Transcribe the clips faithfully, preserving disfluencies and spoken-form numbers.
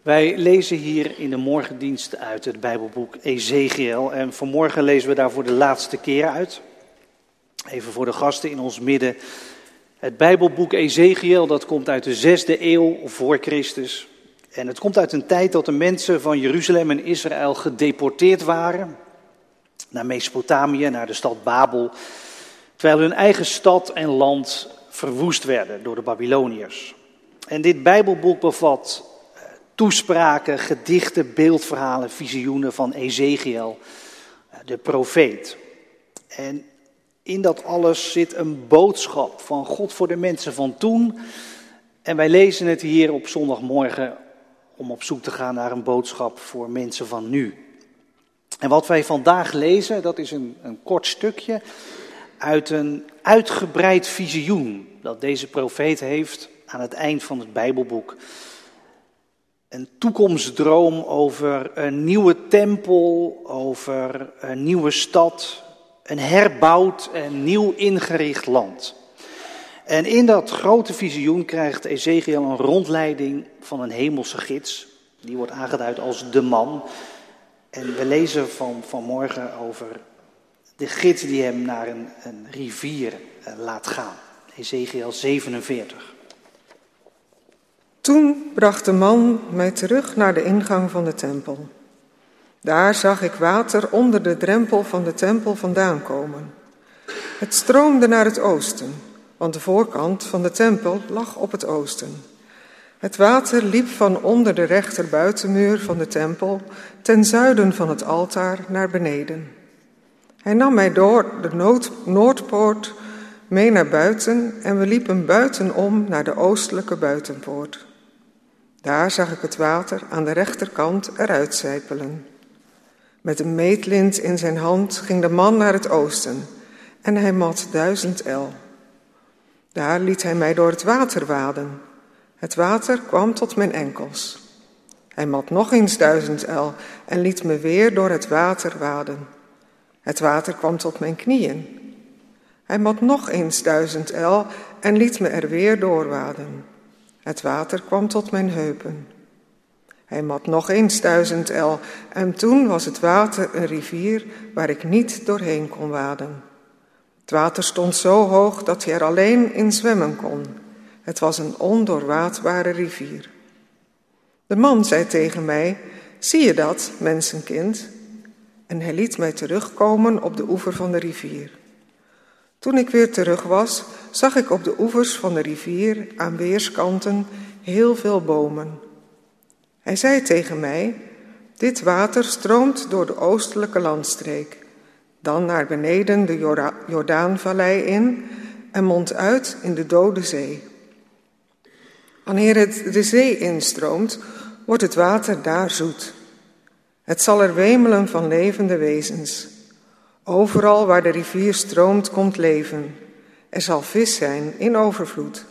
Wij lezen hier in de morgendienst uit het Bijbelboek Ezechiël en vanmorgen lezen we daar voor de laatste keer uit. Even voor de gasten in ons midden. Het Bijbelboek Ezechiël, dat komt uit de zesde eeuw voor Christus. En het komt uit een tijd dat de mensen van Jeruzalem en Israël gedeporteerd waren naar Mesopotamië, naar de stad Babel, terwijl hun eigen stad en land verwoest werden door de Babyloniërs. En dit Bijbelboek bevat toespraken, gedichten, beeldverhalen, visioenen van Ezechiël, de profeet. En in dat alles zit een boodschap van God voor de mensen van toen. En wij lezen het hier op zondagmorgen om op zoek te gaan naar een boodschap voor mensen van nu. En wat wij vandaag lezen, dat is een, een kort stukje uit een uitgebreid visioen dat deze profeet heeft aan het eind van het Bijbelboek. Een toekomstdroom over een nieuwe tempel, over een nieuwe stad, een herbouwd en nieuw ingericht land. En in dat grote visioen krijgt Ezechiël een rondleiding van een hemelse gids. Die wordt aangeduid als de man. En we lezen van, vanmorgen over de gids die hem naar een, een rivier laat gaan. Ezechiël zevenenveertig. Toen bracht de man mij terug naar de ingang van de tempel. Daar zag ik water onder de drempel van de tempel vandaan komen. Het stroomde naar het oosten, want de voorkant van de tempel lag op het oosten. Het water liep van onder de rechterbuitenmuur van de tempel ten zuiden van het altaar naar beneden. Hij nam mij door de nood, noordpoort mee naar buiten en we liepen buitenom naar de oostelijke buitenpoort. Daar zag ik het water aan de rechterkant eruit sijpelen. Met een meetlint in zijn hand ging de man naar het oosten en hij mat duizend el. Daar liet hij mij door het water waden. Het water kwam tot mijn enkels. Hij mat nog eens duizend el en liet me weer door het water waden. Het water kwam tot mijn knieën. Hij mat nog eens duizend el en liet me er weer doorwaden. Het water kwam tot mijn heupen. Hij mat nog eens duizend el en toen was het water een rivier waar ik niet doorheen kon waden. Het water stond zo hoog dat je er alleen in zwemmen kon. Het was een ondoorwaadbare rivier. De man zei tegen mij, zie je dat, mensenkind? En hij liet mij terugkomen op de oever van de rivier. Toen ik weer terug was, zag ik op de oevers van de rivier aan weerskanten heel veel bomen. Hij zei tegen mij, dit water stroomt door de oostelijke landstreek, dan naar beneden de Jorda- Jordaanvallei in en mondt uit in de Dode Zee. Wanneer het de zee instroomt, wordt het water daar zoet. Het zal er wemelen van levende wezens. Overal waar de rivier stroomt, komt leven. Er zal vis zijn in overvloed.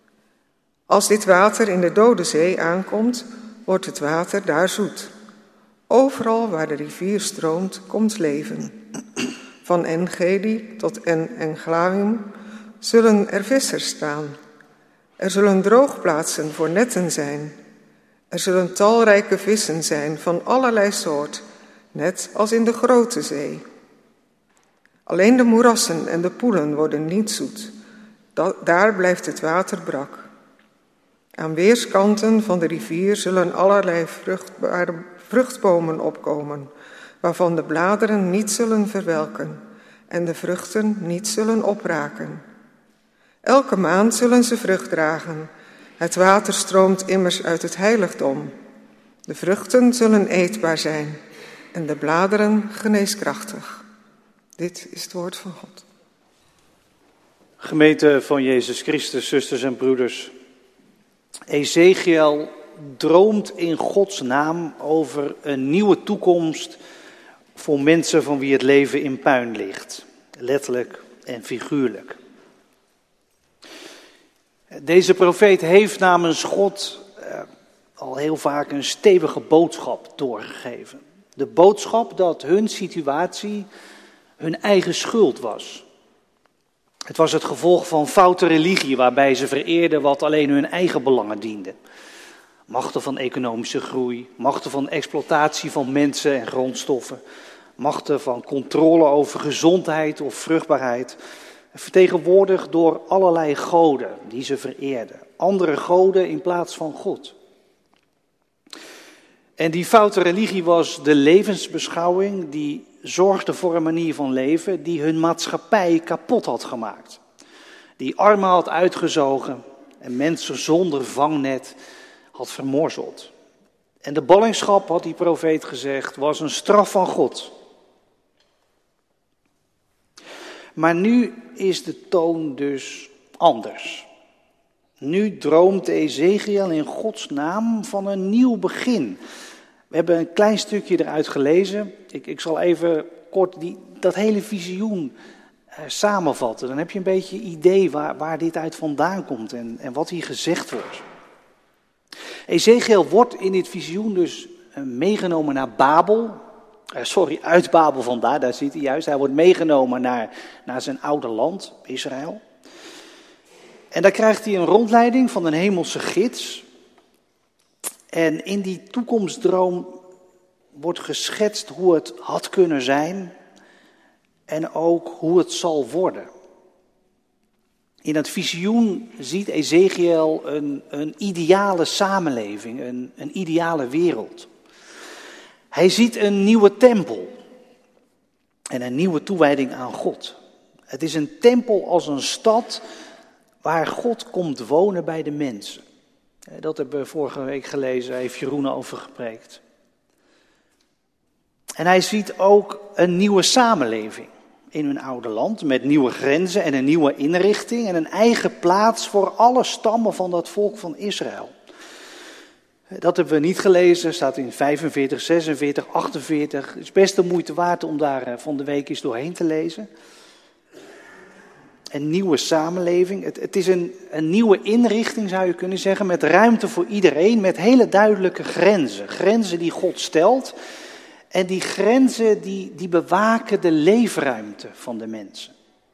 Als dit water in de Dode Zee aankomt, wordt het water daar zoet. Overal waar de rivier stroomt, komt leven. Van En-Gedi tot En-Englaim zullen er vissers staan. Er zullen droogplaatsen voor netten zijn. Er zullen talrijke vissen zijn van allerlei soort, net als in de grote zee. Alleen de moerassen en de poelen worden niet zoet. Da- daar blijft het water brak. Aan weerskanten van de rivier zullen allerlei vruchtbare vruchtbomen opkomen, waarvan de bladeren niet zullen verwelken en de vruchten niet zullen opraken. Elke maand zullen ze vrucht dragen. Het water stroomt immers uit het heiligdom. De vruchten zullen eetbaar zijn en de bladeren geneeskrachtig. Dit is het woord van God. Gemeente van Jezus Christus, zusters en broeders. Ezechiël droomt in Gods naam over een nieuwe toekomst voor mensen van wie het leven in puin ligt. Letterlijk en figuurlijk. Deze profeet heeft namens God eh, al heel vaak een stevige boodschap doorgegeven. De boodschap dat hun situatie hun eigen schuld was. Het was het gevolg van foute religie waarbij ze vereerden wat alleen hun eigen belangen diende. Machten van economische groei, machten van exploitatie van mensen en grondstoffen, machten van controle over gezondheid of vruchtbaarheid, vertegenwoordigd door allerlei goden die ze vereerden. Andere goden in plaats van God. En die foute religie was de levensbeschouwing die zorgde voor een manier van leven die hun maatschappij kapot had gemaakt. Die armen had uitgezogen en mensen zonder vangnet had vermorzeld. En de ballingschap, had die profeet gezegd, was een straf van God. Maar nu is de toon dus anders. Nu droomt Ezechiel in Gods naam van een nieuw begin. We hebben een klein stukje eruit gelezen. Ik, ik zal even kort die, dat hele visioen uh, samenvatten. Dan heb je een beetje idee waar, waar dit uit vandaan komt en, en wat hier gezegd wordt. Ezechiel wordt in dit visioen dus uh, meegenomen naar Babel. Uh, sorry, uit Babel vandaan, daar zit hij juist. Hij wordt meegenomen naar, naar zijn oude land, Israël. En daar krijgt hij een rondleiding van een hemelse gids. En in die toekomstdroom wordt geschetst hoe het had kunnen zijn en ook hoe het zal worden. In het visioen ziet Ezechiel een, een ideale samenleving, een, een ideale wereld. Hij ziet een nieuwe tempel en een nieuwe toewijding aan God. Het is een tempel als een stad waar God komt wonen bij de mensen. Dat hebben we vorige week gelezen, heeft Jeroen over gepreekt. En hij ziet ook een nieuwe samenleving in hun oude land, met nieuwe grenzen en een nieuwe inrichting en een eigen plaats voor alle stammen van dat volk van Israël. Dat hebben we niet gelezen, staat in vijfenveertig, zesenveertig, achtenveertig. Het is best de moeite waard om daar van de week eens doorheen te lezen. Een nieuwe samenleving. Het, het is een, een nieuwe inrichting, zou je kunnen zeggen, met ruimte voor iedereen, met hele duidelijke grenzen. Grenzen die God stelt en die grenzen die, die bewaken de leefruimte van de mensen.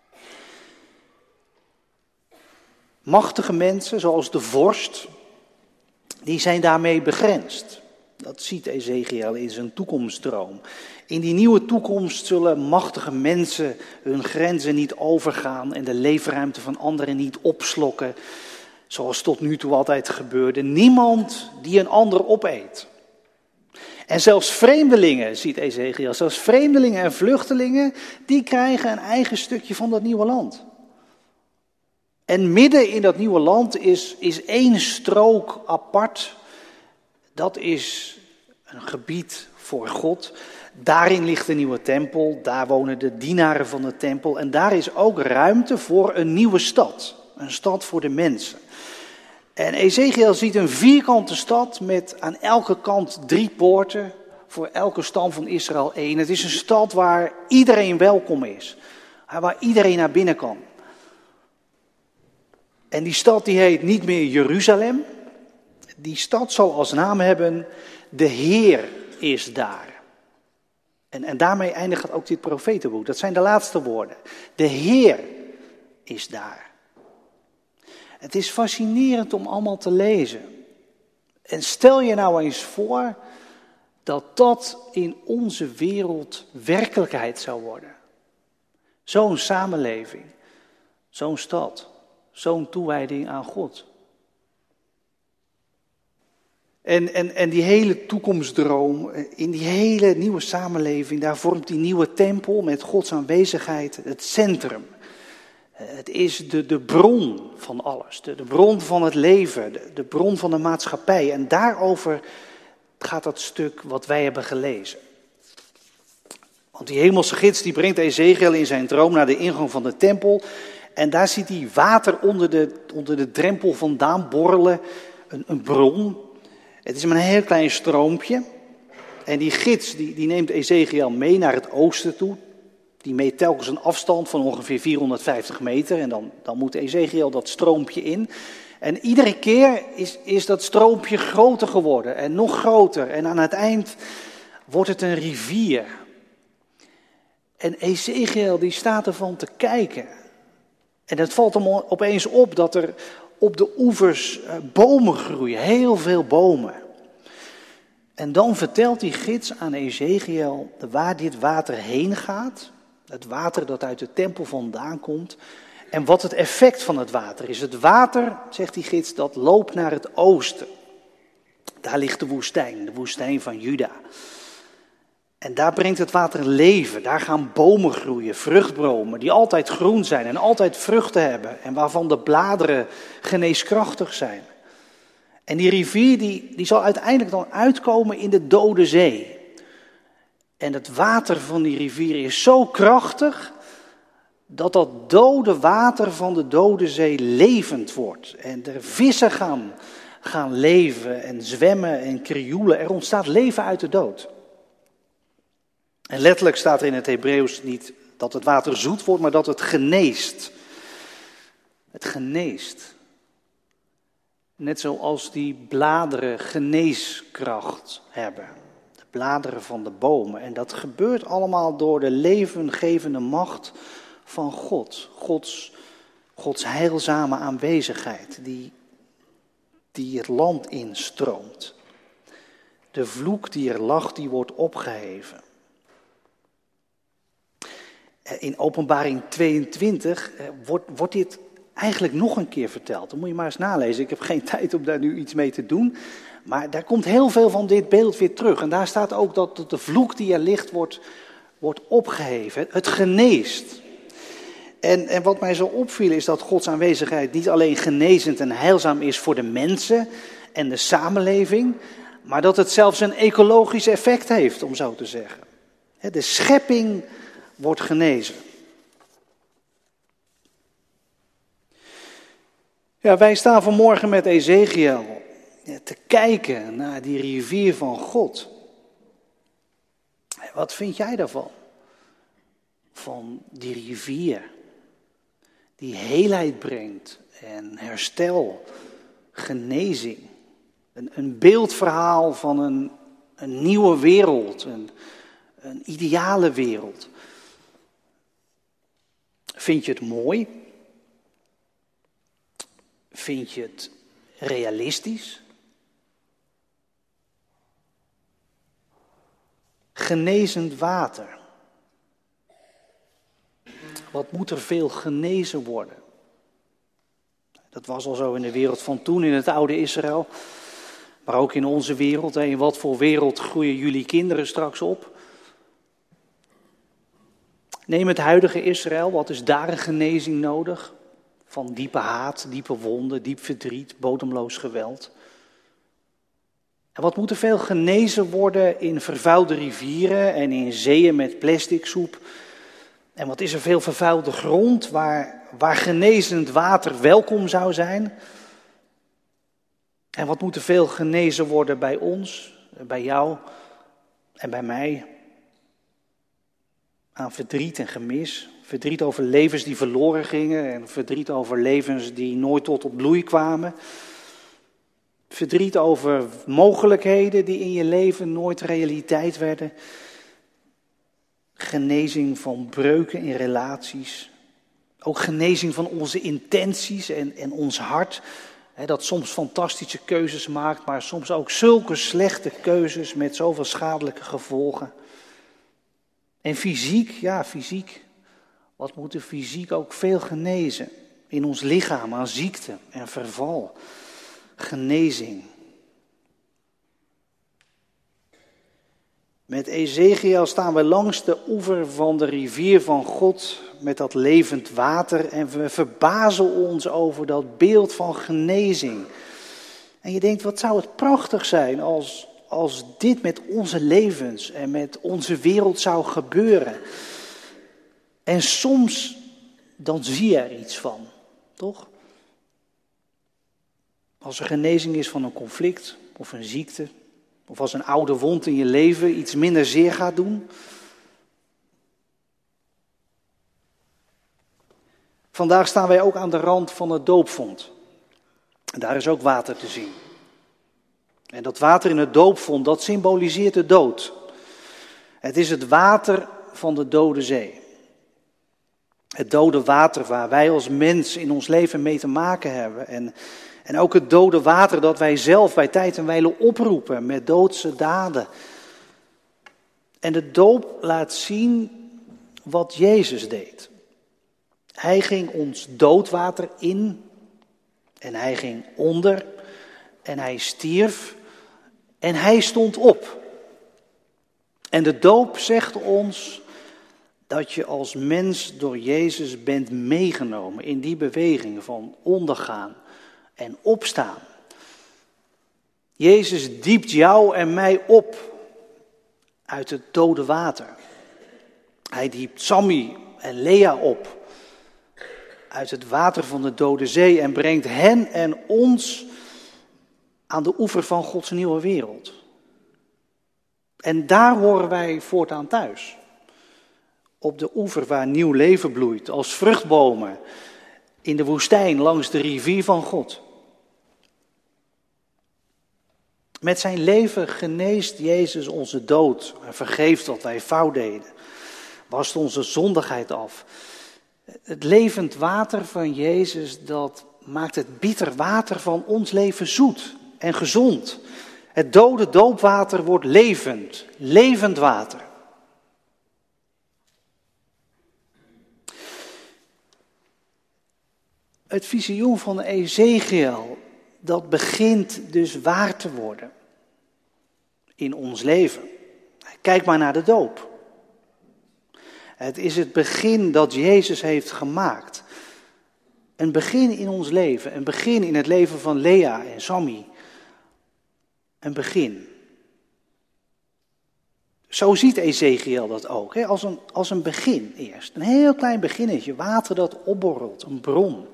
Machtige mensen, zoals de vorst, die zijn daarmee begrensd. Dat ziet Ezechiel in zijn toekomstdroom. In die nieuwe toekomst zullen machtige mensen hun grenzen niet overgaan en de leefruimte van anderen niet opslokken, zoals tot nu toe altijd gebeurde. Niemand die een ander opeet. En zelfs vreemdelingen, ziet Ezechiel, zelfs vreemdelingen en vluchtelingen, die krijgen een eigen stukje van dat nieuwe land. En midden in dat nieuwe land is, is één strook apart. Dat is een gebied voor God. Daarin ligt de nieuwe tempel, daar wonen de dienaren van de tempel. En daar is ook ruimte voor een nieuwe stad. Een stad voor de mensen. En Ezechiel ziet een vierkante stad met aan elke kant drie poorten. Voor elke stam van Israël één. Het is een stad waar iedereen welkom is. Waar iedereen naar binnen kan. En die stad die heet niet meer Jeruzalem. Die stad zal als naam hebben, de Heer is daar. En, en daarmee eindigt ook dit profetenboek. Dat zijn de laatste woorden. De Heer is daar. Het is fascinerend om allemaal te lezen. En stel je nou eens voor dat dat in onze wereld werkelijkheid zou worden. Zo'n samenleving, zo'n stad, zo'n toewijding aan God. En, en, en die hele toekomstdroom, in die hele nieuwe samenleving, daar vormt die nieuwe tempel met Gods aanwezigheid het centrum. Het is de, de bron van alles, de, de bron van het leven, de, de bron van de maatschappij. En daarover gaat dat stuk wat wij hebben gelezen. Want die hemelse gids die brengt Ezechiel in zijn droom naar de ingang van de tempel. En daar ziet hij water onder de, onder de drempel vandaan borrelen, een, een bron. Het is maar een heel klein stroompje. En die gids die, die neemt Ezechiel mee naar het oosten toe. Die meet telkens een afstand van ongeveer vierhonderdvijftig meter. En dan, dan moet Ezechiel dat stroompje in. En iedere keer is, is dat stroompje groter geworden en nog groter. En aan het eind wordt het een rivier. En Ezechiel die staat ervan te kijken. En het valt hem opeens op dat er op de oevers bomen groeien, heel veel bomen. En dan vertelt die gids aan Ezechiel waar dit water heen gaat. Het water dat uit de tempel vandaan komt. En wat het effect van het water is. Het water, zegt die gids, dat loopt naar het oosten. Daar ligt de woestijn, de woestijn van Juda. En daar brengt het water leven. Daar gaan bomen groeien, vruchtbomen, die altijd groen zijn en altijd vruchten hebben. En waarvan de bladeren geneeskrachtig zijn. En die rivier die, die zal uiteindelijk dan uitkomen in de Dode Zee. En het water van die rivier is zo krachtig dat dat dode water van de Dode Zee levend wordt. En er vissen gaan, gaan leven en zwemmen en krioelen. Er ontstaat leven uit de dood. En letterlijk staat er in het Hebreeuws niet dat het water zoet wordt, maar dat het geneest. Het geneest. Net zoals die bladeren geneeskracht hebben. De bladeren van de bomen. En dat gebeurt allemaal door de levengevende macht van God. Gods, Gods heilzame aanwezigheid die, die het land instroomt. De vloek die er lag, die wordt opgeheven. In Openbaring tweeëntwintig wordt, wordt dit eigenlijk nog een keer verteld. Dat moet je maar eens nalezen. Ik heb geen tijd om daar nu iets mee te doen. Maar daar komt heel veel van dit beeld weer terug. En daar staat ook dat de vloek die er ligt wordt, wordt opgeheven. Het geneest. En, en wat mij zo opviel is dat Gods aanwezigheid niet alleen genezend en heilzaam is voor de mensen en de samenleving. Maar dat het zelfs een ecologisch effect heeft, om zo te zeggen. De schepping wordt genezen. Ja, wij staan vanmorgen met Ezechiel te kijken naar die rivier van God. Wat vind jij daarvan? Van die rivier die heelheid brengt en herstel, genezing. Een, een beeldverhaal van een, een nieuwe wereld, een, een ideale wereld. Vind je het mooi? Vind je het realistisch? Genezend water. Wat moet er veel genezen worden? Dat was al zo in de wereld van toen, in het oude Israël. Maar ook in onze wereld. In wat voor wereld groeien jullie kinderen straks op? Neem het huidige Israël, wat is daar een genezing nodig? Van diepe haat, diepe wonden, diep verdriet, bodemloos geweld. En wat moet er veel genezen worden in vervuilde rivieren en in zeeën met plastic soep? En wat is er veel vervuilde grond waar, waar genezend water welkom zou zijn? En wat moet er veel genezen worden bij ons, bij jou en bij mij? Aan verdriet en gemis. Verdriet over levens die verloren gingen en verdriet over levens die nooit tot op bloei kwamen. Verdriet over mogelijkheden die in je leven nooit realiteit werden. Genezing van breuken in relaties. Ook genezing van onze intenties en, en ons hart. Hè, dat soms fantastische keuzes maakt, maar soms ook zulke slechte keuzes met zoveel schadelijke gevolgen. En fysiek, ja fysiek. Wat moet er fysiek ook veel genezen in ons lichaam aan ziekte en verval. Genezing. Met Ezechiel staan we langs de oever van de rivier van God met dat levend water en we verbazen ons over dat beeld van genezing. En je denkt, wat zou het prachtig zijn als, als dit met onze levens en met onze wereld zou gebeuren. En soms, dan zie je er iets van, toch? Als er genezing is van een conflict of een ziekte, of als een oude wond in je leven iets minder zeer gaat doen. Vandaag staan wij ook aan de rand van het doopvont. En daar is ook water te zien. En dat water in het doopvont, dat symboliseert de dood. Het is het water van de Dode Zee. Het dode water waar wij als mens in ons leven mee te maken hebben. En, en ook het dode water dat wij zelf bij tijd en wijle oproepen met doodse daden. En de doop laat zien wat Jezus deed. Hij ging ons doodwater in en hij ging onder en hij stierf en hij stond op. En de doop zegt ons dat je als mens door Jezus bent meegenomen in die beweging van ondergaan en opstaan. Jezus diept jou en mij op uit het dode water. Hij diept Sammy en Lea op uit het water van de dode zee en brengt hen en ons aan de oever van Gods nieuwe wereld. En daar horen wij voortaan thuis. Op de oever waar nieuw leven bloeit, als vruchtbomen in de woestijn langs de rivier van God. Met zijn leven geneest Jezus onze dood en vergeeft wat wij fout deden. Wast onze zondigheid af. Het levend water van Jezus, dat maakt het bitter water van ons leven zoet en gezond. Het dode doopwater wordt levend, levend water. Het visioen van Ezechiël, dat begint dus waar te worden in ons leven. Kijk maar naar de doop. Het is het begin dat Jezus heeft gemaakt. Een begin in ons leven, een begin in het leven van Lea en Sammy. Een begin. Zo ziet Ezechiël dat ook, hè? Als, een, als een begin eerst. Een heel klein beginnetje, water dat opborrelt, een bron.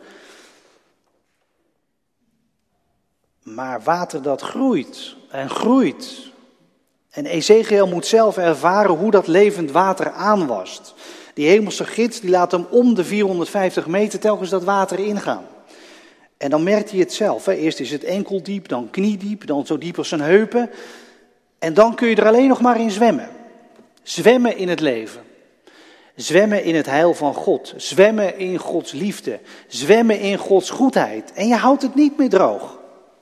Maar water dat groeit en groeit. En Ezechiël moet zelf ervaren hoe dat levend water aanwast. Die hemelse gids die laat hem om de vierhonderdvijftig meter telkens dat water ingaan. En dan merkt hij het zelf. Hè. Eerst is het enkeldiep, dan kniediep, dan zo diep als zijn heupen. En dan kun je er alleen nog maar in zwemmen. Zwemmen in het leven. Zwemmen in het heil van God. Zwemmen in Gods liefde. Zwemmen in Gods goedheid. En je houdt het niet meer droog.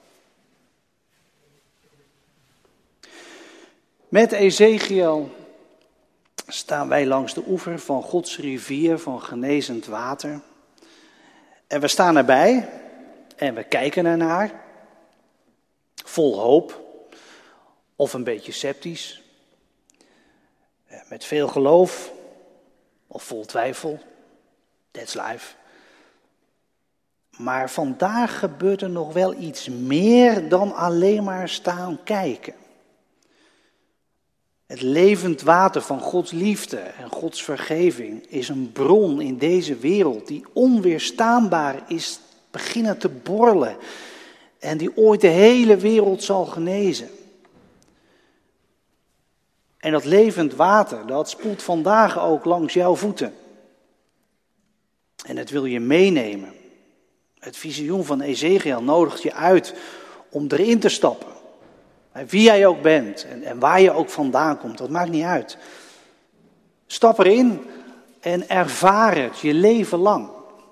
Met Ezechiël staan wij langs de oever van Gods rivier van genezend water. En we staan erbij en we kijken ernaar, vol hoop of een beetje sceptisch, met veel geloof of vol twijfel. That's life. Maar vandaag gebeurt er nog wel iets meer dan alleen maar staan kijken. Het levend water van Gods liefde en Gods vergeving is een bron in deze wereld die onweerstaanbaar is beginnen te borrelen en die ooit de hele wereld zal genezen. En dat levend water, dat spoelt vandaag ook langs jouw voeten. En dat wil je meenemen. Het visioen van Ezechiël nodigt je uit om erin te stappen. Wie jij ook bent en, en waar je ook vandaan komt, dat maakt niet uit. Stap erin en ervaar het je leven lang.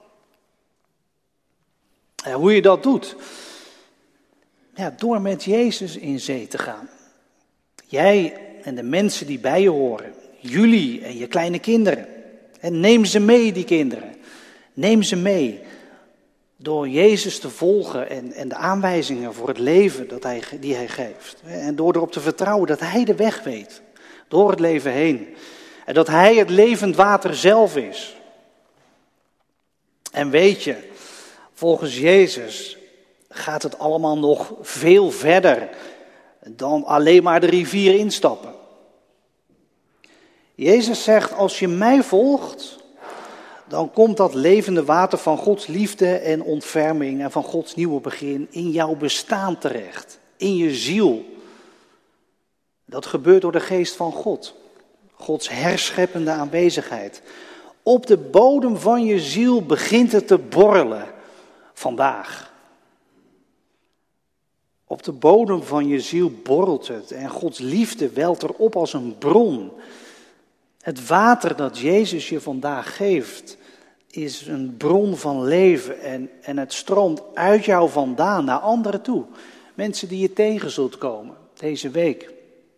En hoe je dat doet? Ja, door met Jezus in zee te gaan. Jij en de mensen die bij je horen. Jullie en je kleine kinderen. En neem ze mee, die kinderen. Neem ze mee. Door Jezus te volgen en, en de aanwijzingen voor het leven dat hij, die hij geeft. En door erop te vertrouwen dat hij de weg weet. Door het leven heen. En dat hij het levend water zelf is. En weet je, volgens Jezus gaat het allemaal nog veel verder dan alleen maar de rivier instappen. Jezus zegt, als je mij volgt, dan komt dat levende water van Gods liefde en ontferming en van Gods nieuwe begin in jouw bestaan terecht. In je ziel. Dat gebeurt door de geest van God. Gods herscheppende aanwezigheid. Op de bodem van je ziel begint het te borrelen vandaag. Op de bodem van je ziel borrelt het en Gods liefde welt erop als een bron. Het water dat Jezus je vandaag geeft, is een bron van leven en, en het stroomt uit jou vandaan naar anderen toe. Mensen die je tegen zult komen deze week.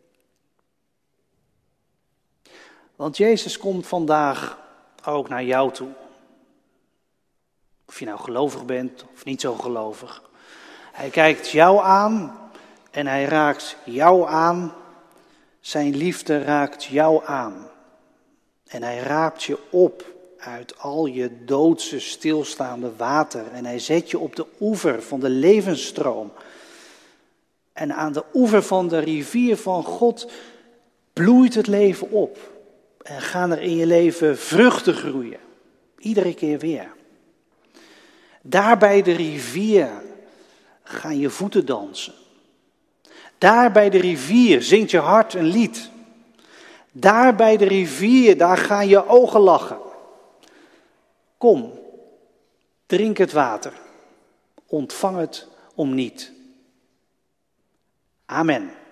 Want Jezus komt vandaag ook naar jou toe. Of je nou gelovig bent of niet zo gelovig. Hij kijkt jou aan en hij raakt jou aan. Zijn liefde raakt jou aan. En hij raapt je op uit al je doodse stilstaande water. En hij zet je op de oever van de levensstroom. En aan de oever van de rivier van God bloeit het leven op. En gaan er in je leven vruchten groeien. Iedere keer weer. Daar bij de rivier gaan je voeten dansen. Daar bij de rivier zingt je hart een lied. Daar bij de rivier, daar gaan je ogen lachen. Kom, drink het water. Ontvang het om niet. Amen.